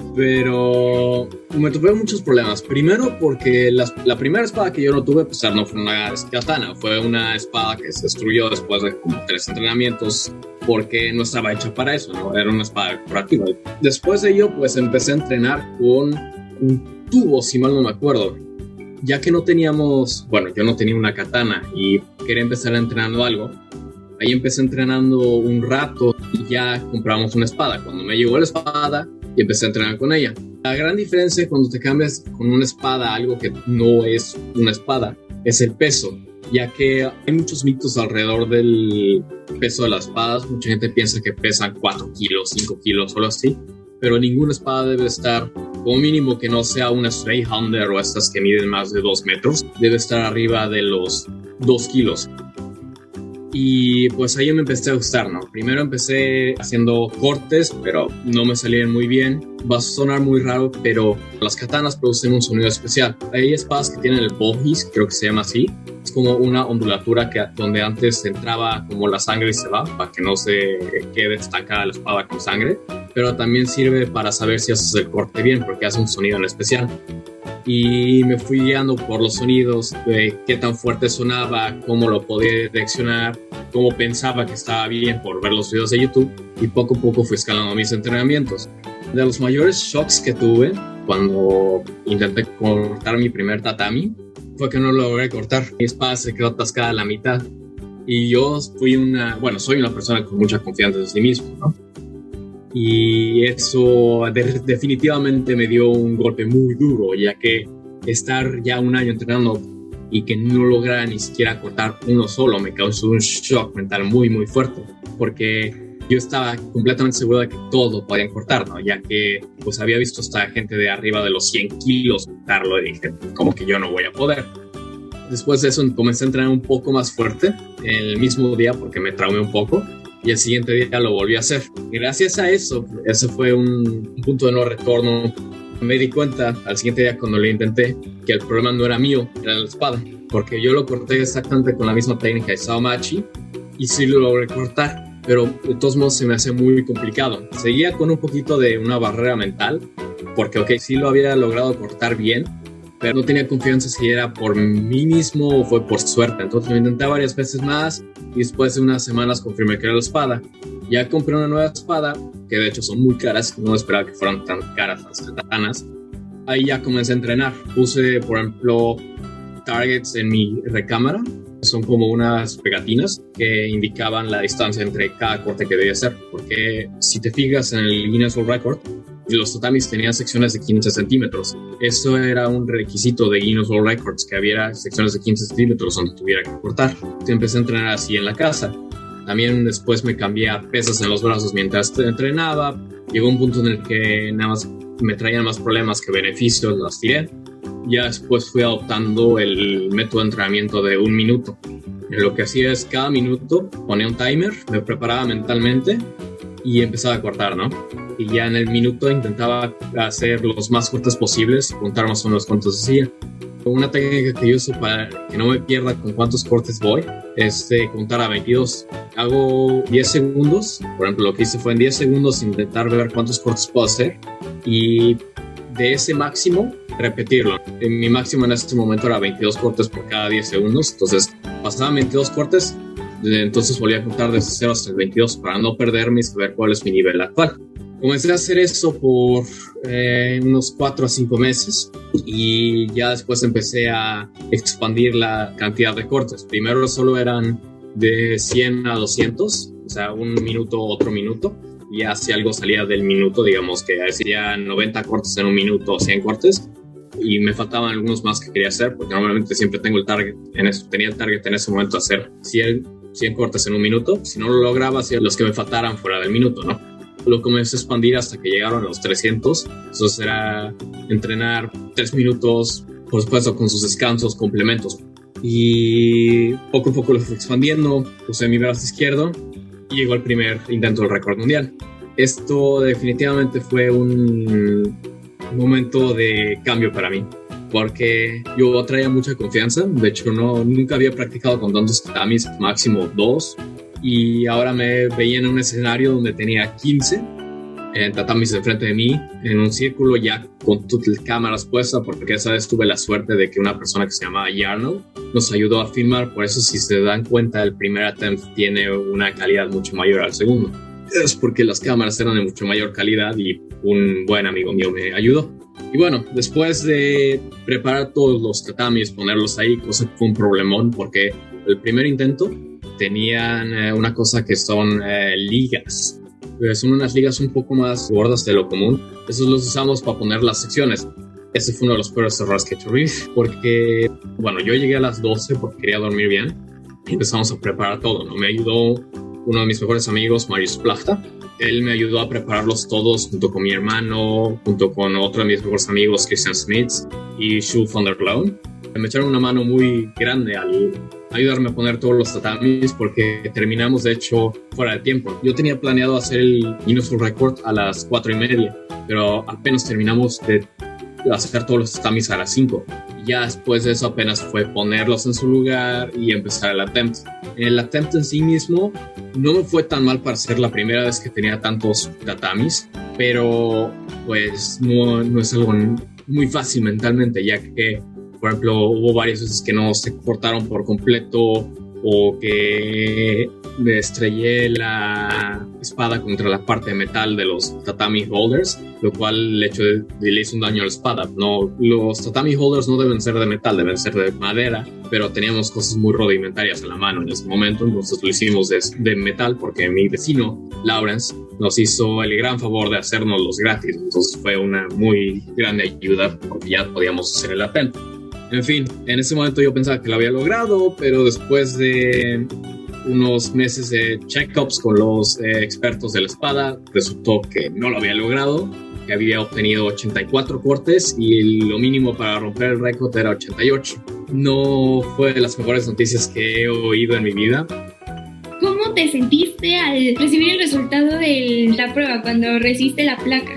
Pero me topé muchos problemas. Primero porque la primera espada que yo no tuve, pues no fue una katana. Fue una espada que se destruyó después de como 3 entrenamientos porque no estaba hecha para eso, ¿no? Era una espada decorativa. Después de ello, pues empecé a entrenar con un tubo, si mal no me acuerdo. Ya que no teníamos, bueno, yo no tenía una katana y quería empezar entrenando algo. Ahí empecé entrenando un rato y ya compramos una espada. Cuando me llegó la espada y empecé a entrenar con ella. La gran diferencia cuando te cambias con una espada a algo que no es una espada es el peso, ya que hay muchos mitos alrededor del peso de las espadas. Mucha gente piensa que pesan 4 kilos, 5 kilos, solo así. Pero ninguna espada debe estar, como mínimo que no sea una Strayhounder o estas que miden más de 2 metros, debe estar arriba de los 2 kilos. Y pues ahí me empecé a gustar, ¿no? Primero empecé haciendo cortes, pero no me salían muy bien. Va a sonar muy raro, pero las katanas producen un sonido especial. Hay espadas que tienen el bohis, creo que se llama así. Es como una ondulatura donde antes entraba como la sangre y se va, para que no se quede estancada la espada con sangre. Pero también sirve para saber si haces el corte bien, porque hace un sonido en especial. Y me fui guiando por los sonidos, de qué tan fuerte sonaba, cómo lo podía direccionar, cómo pensaba que estaba bien por ver los videos de YouTube, y poco a poco fui escalando mis entrenamientos. De los mayores shocks que tuve cuando intenté cortar mi primer tatami fue que no lo logré cortar. Mi espada se quedó atascada a la mitad y yo soy una persona con mucha confianza en sí mismo, ¿no? y eso definitivamente me dio un golpe muy duro, ya que estar ya un año entrenando y que no lograra ni siquiera cortar uno solo me causó un shock mental muy muy fuerte, porque yo estaba completamente seguro de que todo podían cortar, ¿no? Ya que pues había visto hasta gente de arriba de los 100 kilos cortarlo y dije, como que yo no voy a poder. Después de eso comencé a entrenar un poco más fuerte el mismo día porque me traumé un poco y el siguiente día lo volví a hacer. Y gracias a eso, ese fue un punto de no retorno. Me di cuenta al siguiente día cuando lo intenté que el problema no era mío, era la espada, porque yo lo corté exactamente con la misma técnica de Saomachi y sí lo logré cortar, pero de todos modos se me hacía muy complicado. Seguía con un poquito de una barrera mental, porque sí lo había logrado cortar bien, pero no tenía confianza si era por mí mismo o fue por suerte. Entonces lo intenté varias veces más y después de unas semanas confirmé que era la espada. Ya compré una nueva espada, que de hecho son muy caras, no esperaba que fueran tan caras las katanas. Ahí ya comencé a entrenar. Puse, por ejemplo, targets en mi recámara. Son como unas pegatinas que indicaban la distancia entre cada corte que debía hacer. Porque si te fijas en el Guinness World Record, los tatamis tenían secciones de 15 centímetros. Eso era un requisito de Guinness World Records, que hubiera secciones de 15 centímetros donde tuviera que cortar. Entonces empecé a entrenar así en la casa. También después me cambié a pesas en los brazos mientras entrenaba. Llegó un punto en el que nada más me traían más problemas que beneficios, las tiré. Ya después fui adoptando el método de entrenamiento de 1 minuto. Lo que hacía es cada minuto ponía un timer, me preparaba mentalmente y empezaba a cortar, ¿no? Y ya en el minuto intentaba hacer los más cortes posibles y contar más o menos cuántos hacía. Una técnica que yo uso para que no me pierda con cuántos cortes voy es contar a 22. Hago 10 segundos, por ejemplo, lo que hice fue en 10 segundos intentar ver cuántos cortes puedo hacer y de ese máximo repetirlo. Mi máximo en este momento era 22 cortes por cada 10 segundos, entonces pasaban 22 cortes, entonces volví a contar desde 0 hasta el 22 para no perderme y saber cuál es mi nivel actual. Comencé a hacer eso por unos 4 a 5 meses y ya después empecé a expandir la cantidad de cortes. Primero solo eran de 100 a 200, o sea, 1 minuto, otro minuto. Y ya si algo salía del minuto, digamos que hacía 90 cortes en 1 minuto o 100 cortes. Y me faltaban algunos más que quería hacer, porque normalmente siempre tengo el target, tenía el target en ese momento hacer 100 cortes en 1 minuto. Si no lo lograba, hacía los que me faltaran fuera del minuto, ¿no? Lo comencé a expandir hasta que llegaron a los 300. Entonces era entrenar 3 minutos, por supuesto con sus descansos, complementos. Y poco a poco lo fui expandiendo, puse mi brazo izquierdo y llegó el primer intento del récord mundial. Esto definitivamente fue un momento de cambio para mí, porque yo traía mucha confianza. De hecho, nunca había practicado con tantos tatamis, máximo 2. Y ahora me veía en un escenario donde tenía 15 tatamis enfrente de mí, en un círculo ya con todas las cámaras puestas, porque esa vez tuve la suerte de que una persona que se llama Yarno nos ayudó a filmar. Por eso, si se dan cuenta, el primer attempt tiene una calidad mucho mayor al segundo. Es porque las cámaras eran de mucho mayor calidad y un buen amigo mío me ayudó. Y bueno, después de preparar todos los tatamis, ponerlos ahí, cosa que fue un problemón, porque el primer intento tenían una cosa que son ligas. Son unas ligas un poco más gordas de lo común. Esos los usamos para poner las secciones. Ese fue uno de los peores errores que tuve, porque, bueno, yo llegué a las 12 porque quería dormir bien y empezamos a preparar todo, ¿no? Me ayudó uno de mis mejores amigos, Marius Plachta. Él me ayudó a prepararlos todos junto con mi hermano, junto con otro de mis mejores amigos, Christian Smith y Shu von der Loon. Me echaron una mano muy grande al ayudarme a poner todos los tatamis, porque terminamos de hecho fuera de tiempo. Yo tenía planeado hacer el Guinness World Record a las 4:30, pero apenas terminamos de hacer todos los tatamis a las 5. Ya después de eso apenas fue ponerlos en su lugar y empezar el attempt. El attempt en sí mismo no me fue tan mal para ser la primera vez que tenía tantos tatamis, pero pues no es algo muy fácil mentalmente, ya que, por ejemplo, hubo varias veces que no se cortaron por completo o que me estrellé la espada contra la parte de metal de los tatami holders, lo cual le hizo un daño a la espada. No, los tatami holders no deben ser de metal, deben ser de madera, pero teníamos cosas muy rudimentarias en la mano en ese momento, entonces lo hicimos de metal porque mi vecino, Lawrence, nos hizo el gran favor de hacérnoslos gratis, entonces fue una muy grande ayuda porque ya podíamos hacer el atento. En fin, en ese momento yo pensaba que lo había logrado, pero después de unos meses de check-ups con los expertos de la espada, resultó que no lo había logrado, que había obtenido 84 cortes y lo mínimo para romper el récord era 88. No fue de las mejores noticias que he oído en mi vida. ¿Cómo te sentiste al recibir el resultado de la prueba cuando recibiste la placa?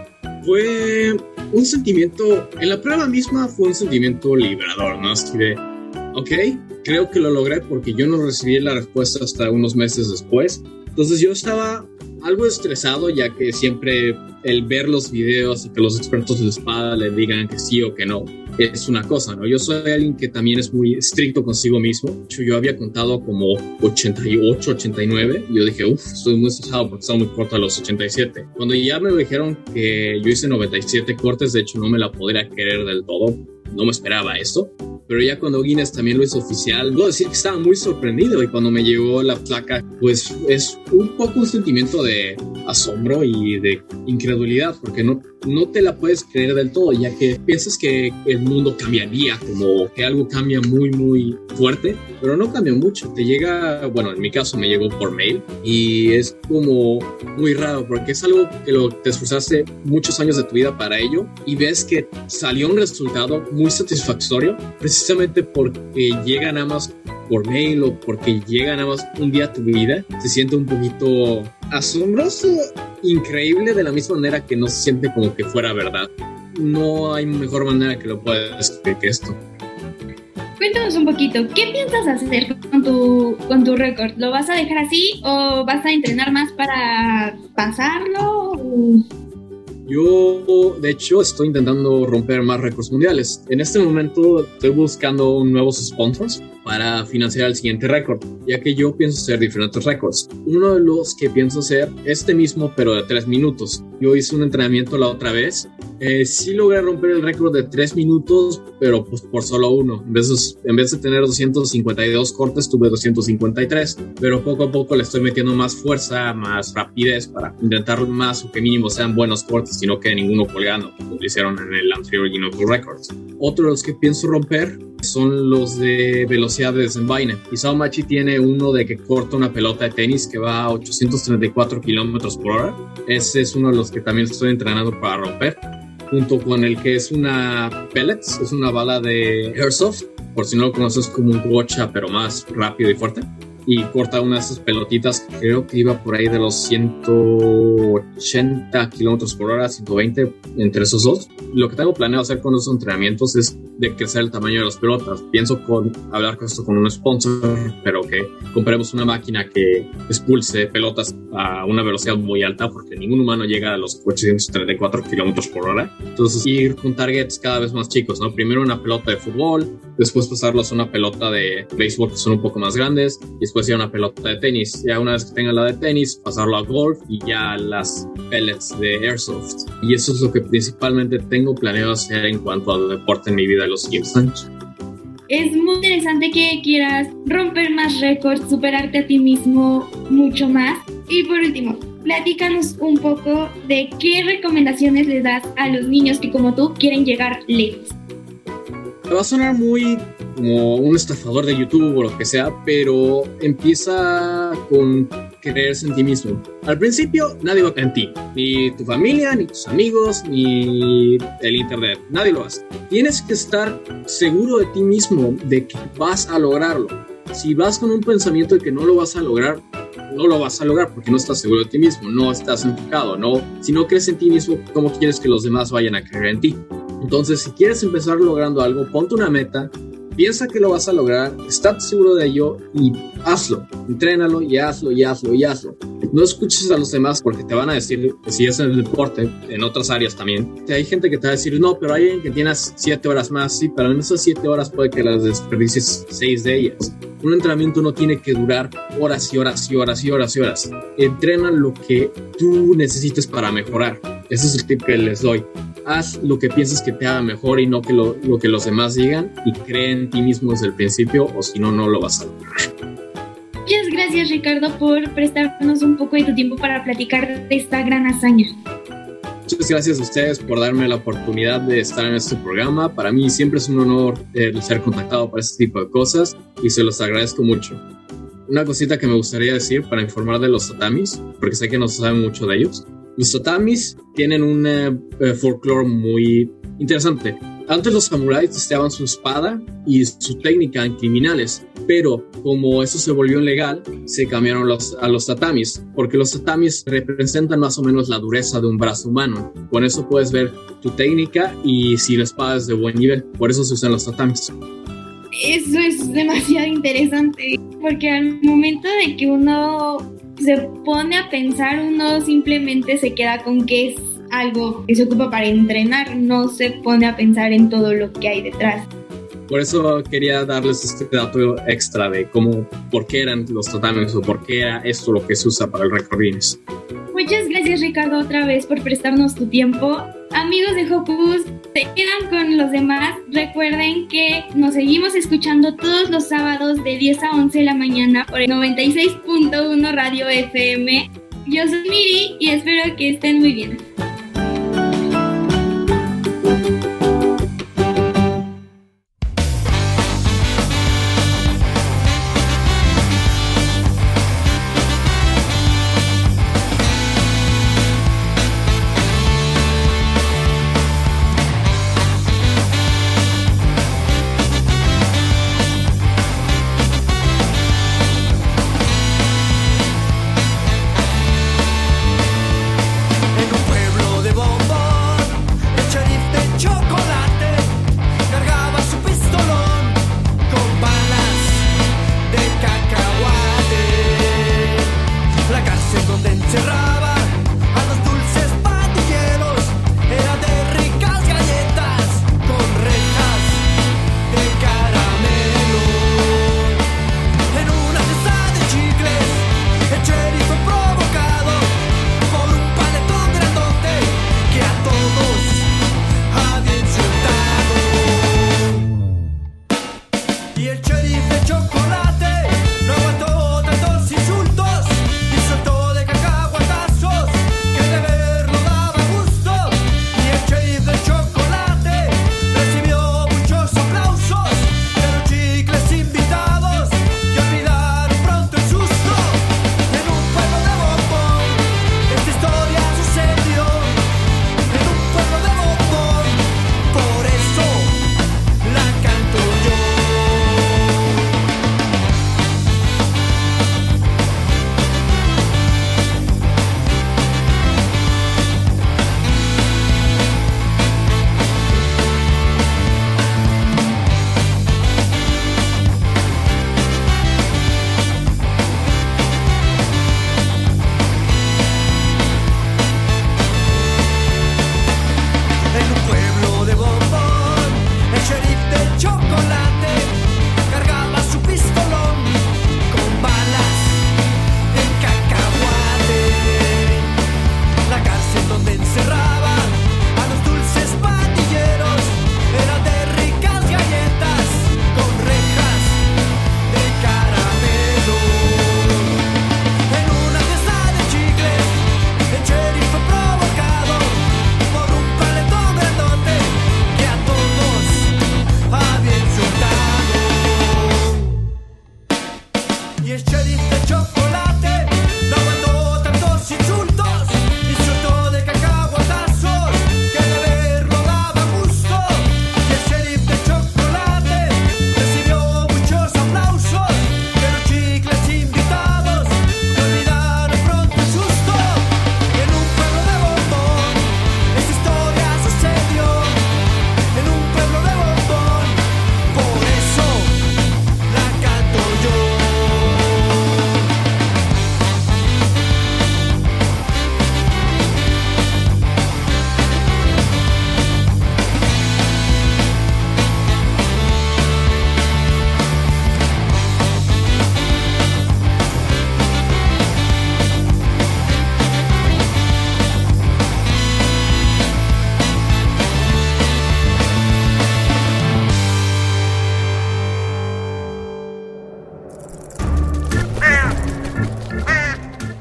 Fue un sentimiento, en la prueba misma fue un sentimiento liberador, ¿no? Así de, ok, creo que lo logré porque yo no recibí la respuesta hasta unos meses después. Entonces yo estaba algo estresado, ya que siempre el ver los videos y que los expertos de la espada le digan que sí o que no es una cosa, ¿no? Yo soy alguien que también es muy estricto consigo mismo. Yo había contado como 88, 89 y yo dije, estoy muy estresado porque estaba muy corto a los 87. Cuando ya me dijeron que yo hice 97 cortes, de hecho no me la podría creer del todo, no me esperaba esto. Pero ya cuando Guinness también lo hizo oficial, puedo decir que estaba muy sorprendido, y cuando me llegó la placa, pues es un poco un sentimiento de asombro y de incredulidad, porque no te la puedes creer del todo, ya que piensas que el mundo cambiaría, como que algo cambia muy, muy fuerte, pero no cambia mucho. Te llega, bueno, en mi caso me llegó por mail, y es como muy raro, porque es algo que te esforzaste muchos años de tu vida para ello, y ves que salió un resultado muy satisfactorio, precisamente porque llega nada más por mail o porque llega nada más un día a tu vida. Se siente un poquito asombroso, increíble, de la misma manera que no se siente como que fuera verdad. No hay mejor manera que lo pueda describir que esto. Cuéntanos un poquito, ¿qué piensas hacer con tu récord? ¿Lo vas a dejar así o vas a entrenar más para pasarlo? Yo, de hecho, estoy intentando romper más récords mundiales. En este momento estoy buscando nuevos sponsors para financiar el siguiente récord, ya que yo pienso hacer diferentes récords. Uno de los que pienso hacer este mismo, pero de 3 minutos. Yo hice un entrenamiento la otra vez. Sí logré romper el récord de 3 minutos, pero pues por solo uno. En vez de tener 252 cortes, tuve 253. Pero poco a poco le estoy metiendo más fuerza, más rapidez para intentar más o que mínimo sean buenos cortes y no quede ninguno colgando, como lo hicieron en el anterior Guinness Records. Otro de los que pienso romper son los de velocidad de desenvaine. Isao Machi tiene uno de que corta una pelota de tenis que va a 834 kilómetros por hora. Ese es uno de los que también estoy entrenando para romper, junto con el que es una pellets, es una bala de Airsoft, por si no lo conoces, como un gocha pero más rápido y fuerte, y corta una de esas pelotitas, creo que iba por ahí de los 180 kilómetros por hora, 120, entre esos dos. Lo que tengo planeado hacer con esos entrenamientos es de crecer el tamaño de las pelotas. Pienso hablar con esto con un sponsor, pero que compremos una máquina que expulse pelotas a una velocidad muy alta, porque ningún humano llega a los 834 kilómetros por hora. Entonces, ir con targets cada vez más chicos, ¿no? Primero una pelota de fútbol, después pasarlos a una pelota de béisbol que son un poco más grandes, y después ya una pelota de tenis. Ya una vez que tenga la de tenis, pasarlo a golf y ya las pellets de Airsoft. Y eso es lo que principalmente tengo planeado hacer en cuanto a deporte en mi vida en los siguientes años. Es muy interesante que quieras romper más récords, superarte a ti mismo mucho más. Y por último, platícanos un poco de qué recomendaciones le das a los niños que como tú quieren llegar lejos. Va a sonar muy como un estafador de YouTube o lo que sea, pero empieza con creerse en ti mismo. Al principio nadie va a creer en ti, ni tu familia, ni tus amigos, ni el internet, nadie lo hace. Tienes que estar seguro de ti mismo, de que vas a lograrlo. Si vas con un pensamiento de que no lo vas a lograr, no lo vas a lograr porque no estás seguro de ti mismo, no estás enfocado, no. Si no crees en ti mismo, ¿cómo quieres que los demás vayan a creer en ti? Entonces, si quieres empezar logrando algo, ponte una meta, piensa que lo vas a lograr, estate seguro de ello y hazlo. Entrénalo y hazlo y hazlo y hazlo. No escuches a los demás porque te van a decir, que si es en el deporte, en otras áreas también, que hay gente que te va a decir, no, pero hay alguien que tiene 7 horas más, sí, pero en esas 7 horas puede que las desperdicies 6 de ellas. Un entrenamiento no tiene que durar horas y horas y horas y horas y horas. Entrena lo que tú necesites para mejorar. Ese es el tip que les doy. Haz lo que pienses que te haga mejor y no que lo que los demás digan, y cree en ti mismo desde el principio, o si no, no lo vas a lograr. Muchas gracias, Ricardo, por prestarnos un poco de tu tiempo para platicar de esta gran hazaña. Muchas gracias a ustedes por darme la oportunidad de estar en este programa. Para mí siempre es un honor ser contactado para este tipo de cosas y se los agradezco mucho. Una cosita que me gustaría decir para informar de los tatamis, porque sé que no se sabe mucho de ellos. Los tatamis tienen un folclore muy interesante. Antes los samuráis testeaban su espada y su técnica en criminales, pero como eso se volvió ilegal, se cambiaron a los tatamis, porque los tatamis representan más o menos la dureza de un brazo humano. Con eso puedes ver tu técnica y si la espada es de buen nivel. Por eso se usan los tatamis. Eso es demasiado interesante, porque al momento de que uno se pone a pensar, uno simplemente se queda con que es algo que se ocupa para entrenar, no se pone a pensar en todo lo que hay detrás. Por eso quería darles este dato extra de por qué eran los tatamis o por qué era esto lo que se usa para el récord Guinness. Muchas gracias, Ricardo, otra vez por prestarnos tu tiempo. Amigos de Hocus, se quedan con los demás. Recuerden que nos seguimos escuchando todos los sábados de 10 a 11 de la mañana por el 96.1 Radio FM. Yo soy Miri y espero que estén muy bien.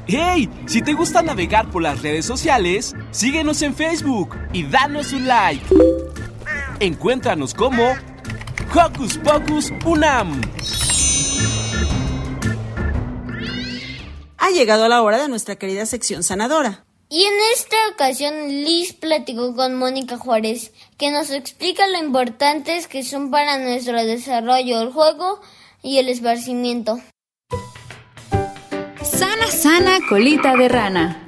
¡Hey! Si te gusta navegar por las redes sociales, síguenos en Facebook y danos un like. Encuéntranos como Hocus Pocus Unam. Ha llegado la hora de nuestra querida sección sanadora. Y en esta ocasión Liz platicó con Mónica Juárez, que nos explica lo importantes que son para nuestro desarrollo el juego y el esparcimiento. Sana, sana, colita de rana.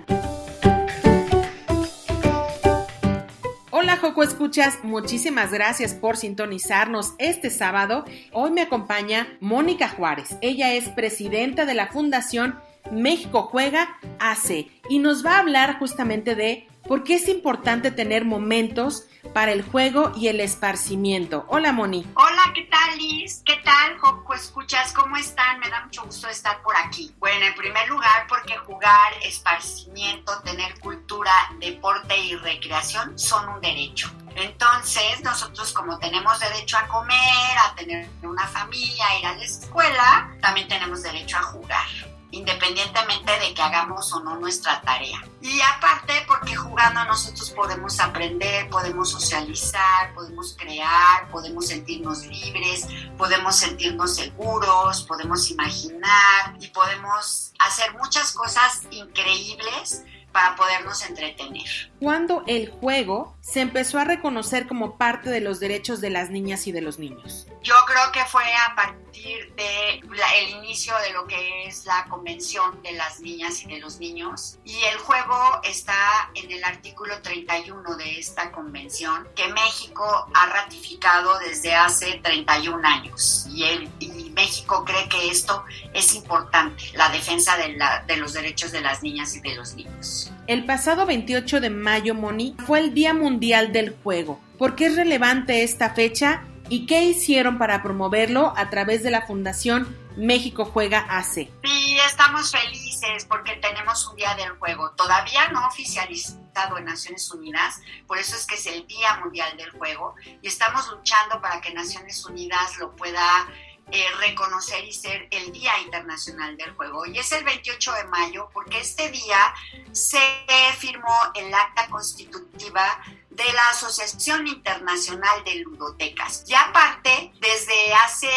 Hola Joco Escuchas, muchísimas gracias por sintonizarnos este sábado. Hoy me acompaña Mónica Juárez. Ella es presidenta de la Fundación México Juega AC y nos va a hablar justamente de por qué es importante tener momentos para el juego y el esparcimiento. Hola, Moni. Hola, ¿qué tal, Liz? ¿Qué tal, Joco Escuchas? ¿Cómo están? Me da mucho gusto estar por aquí. Bueno, en primer lugar, porque jugar, esparcimiento, tener cultura, deporte y recreación son un derecho. Entonces, nosotros como tenemos derecho a comer, a tener una familia, a ir a la escuela, también tenemos derecho a jugar, independientemente de que hagamos o no nuestra tarea. Y aparte porque jugando nosotros podemos aprender, podemos socializar, podemos crear, podemos sentirnos libres, podemos sentirnos seguros, podemos imaginar y podemos hacer muchas cosas increíbles para podernos entretener. ¿Cuándo el juego se empezó a reconocer como parte de los derechos de las niñas y de los niños? Yo creo que fue a partir del inicio de lo que es la Convención de las Niñas y de los Niños, y el juego está en el artículo 31 de esta convención que México ha ratificado desde hace 31 años y México cree que esto es importante, la defensa de los derechos de las niñas y de los niños. El pasado 28 de mayo, Moni, fue el Día Mundial del Juego. ¿Por qué es relevante esta fecha y qué hicieron para promoverlo a través de la Fundación México Juega AC? Sí, estamos felices porque tenemos un Día del Juego, todavía no oficializado en Naciones Unidas, por eso es que es el Día Mundial del Juego y estamos luchando para que Naciones Unidas lo pueda reconocer y ser el Día Internacional del Juego. Y es el 28 de mayo porque este día se firmó el acta constitutiva de la Asociación Internacional de Ludotecas. Y aparte, desde hace,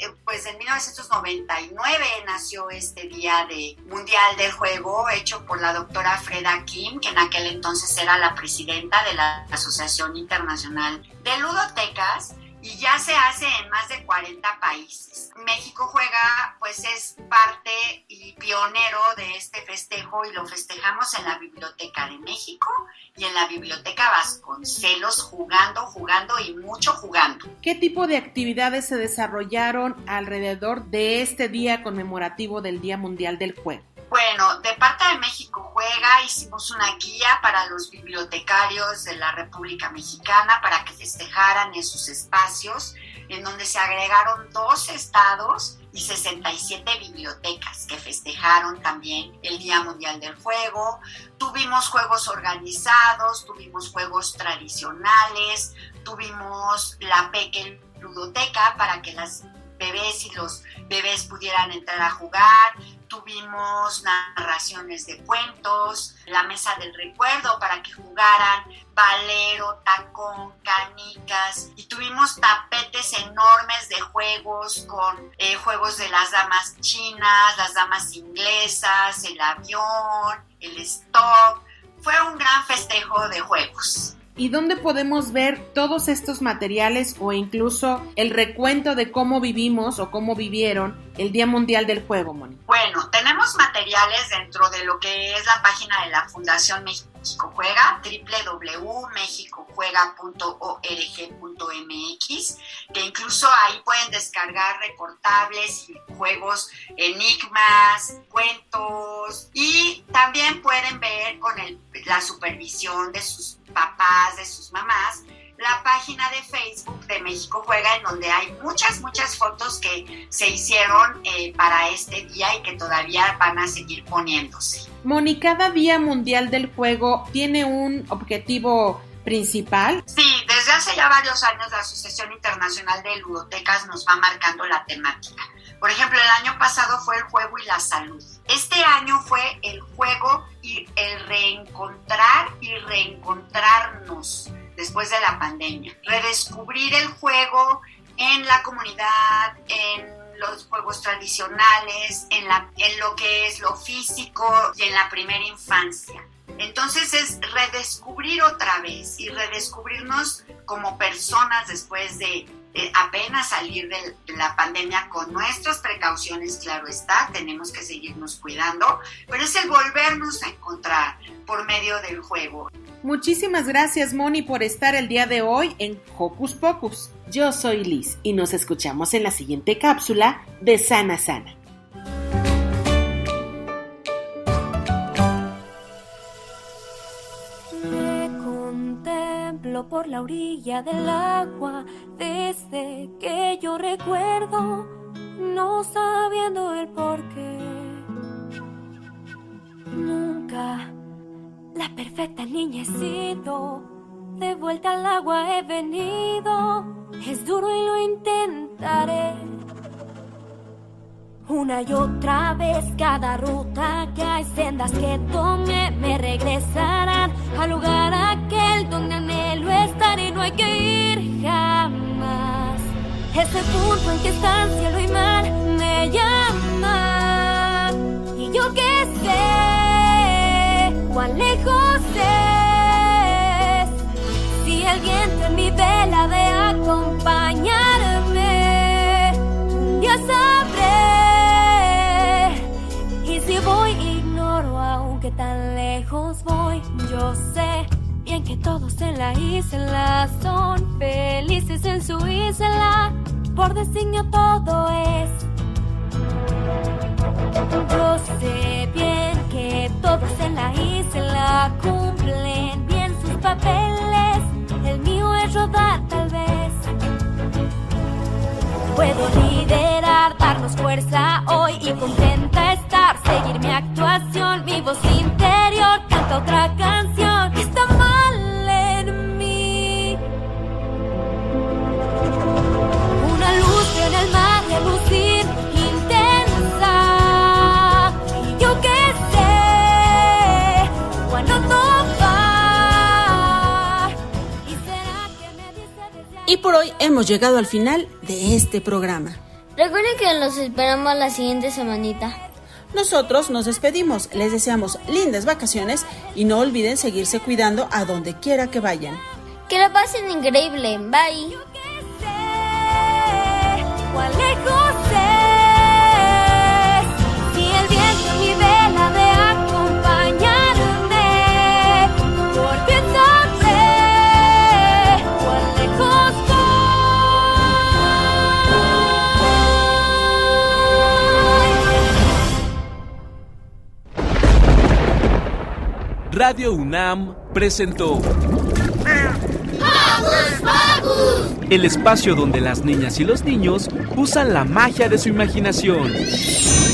en 1999 nació este Día Mundial del Juego, hecho por la doctora Freda Kim, que en aquel entonces era la presidenta de la Asociación Internacional de Ludotecas, y ya se hace en más de 40 países. México Juega, es parte y pionero de este festejo y lo festejamos en la Biblioteca de México y en la Biblioteca Vasconcelos, jugando y mucho jugando. ¿Qué tipo de actividades se desarrollaron alrededor de este día conmemorativo del Día Mundial del Juego? Bueno, de parte de México Juega hicimos una guía para los bibliotecarios de la República Mexicana para que festejaran en sus espacios, en donde se agregaron 2 estados y 67 bibliotecas que festejaron también el Día Mundial del Juego. Tuvimos juegos organizados, tuvimos juegos tradicionales, tuvimos la Peque Ludoteca para que las bebés y los bebés pudieran entrar a jugar. Tuvimos narraciones de cuentos, la mesa del recuerdo para que jugaran valero, tacón, canicas, y tuvimos tapetes enormes de juegos con juegos de las damas chinas, las damas inglesas, el avión, el stop. Fue un gran festejo de juegos. ¿Y dónde podemos ver todos estos materiales o incluso el recuento de cómo vivimos o cómo vivieron el Día Mundial del Juego, Moni? Bueno, tenemos materiales dentro de lo que es la página de la Fundación México Juega, www.mexicojuega.org.mx, que incluso ahí pueden descargar recortables y juegos, enigmas, cuentos, y también pueden ver con la supervisión de sus papás, de sus mamás, la página de Facebook de México Juega, en donde hay muchas fotos que se hicieron para este día y que todavía van a seguir poniéndose. Moni, ¿cada Día Mundial del Juego tiene un objetivo principal? Sí, desde hace ya varios años la Asociación Internacional de Ludotecas nos va marcando la temática. Por ejemplo, el año pasado fue el juego y la salud. Este año fue el juego y el reencontrar y reencontrarnos después de la pandemia. Redescubrir el juego en la comunidad, en los juegos tradicionales, en lo que es lo físico y en la primera infancia. Entonces es redescubrir otra vez y redescubrirnos como personas después de apenas salir de la pandemia con nuestras precauciones, claro está, tenemos que seguirnos cuidando, pero es el volvernos a encontrar por medio del juego. Muchísimas gracias, Moni, por estar el día de hoy en Hocus Pocus. Yo soy Liz y nos escuchamos en la siguiente cápsula de Sana Sana. Me contemplo por la orilla del agua desde que yo recuerdo, no sabiendo el porqué. Nunca la perfecta niña he sido, de vuelta al agua he venido, es duro y lo intentaré. Una y otra vez cada ruta que hay, sendas que tome me regresarán al lugar aquel donde anhelo estar y no hay que ir jamás. Ese punto en que está el cielo y mar me llama y yo que sé cuán lejos es, si el viento en mi vela de acompañarme, un día sabré, y si voy ignoro aunque tan lejos voy, yo sé bien que todos en la isla son felices en su isla, por designio todo es. Yo sé bien que todos en la isla cumplen bien sus papeles, el mío es rodar tal vez. Puedo liderar, darnos fuerza hoy y contenta estar, seguir mi actuación, mi voz interior canta otra canción que está mal en mí. Una luz en el mar relucir intensa, y yo que sé cuando no va, y será que me dice desde Y por hoy hemos llegado al final de este programa. Recuerden que los esperamos la siguiente semanita. Nosotros nos despedimos, les deseamos lindas vacaciones y no olviden seguirse cuidando a donde quiera que vayan. Que la pasen increíble, bye. Cuán lejos es, si el viento en mi vela de acompañarme, por bien sabré cuán lejos voy. Radio UNAM presentó ¡Hocus Pocus! el espacio donde las niñas y los niños usan la magia de su imaginación.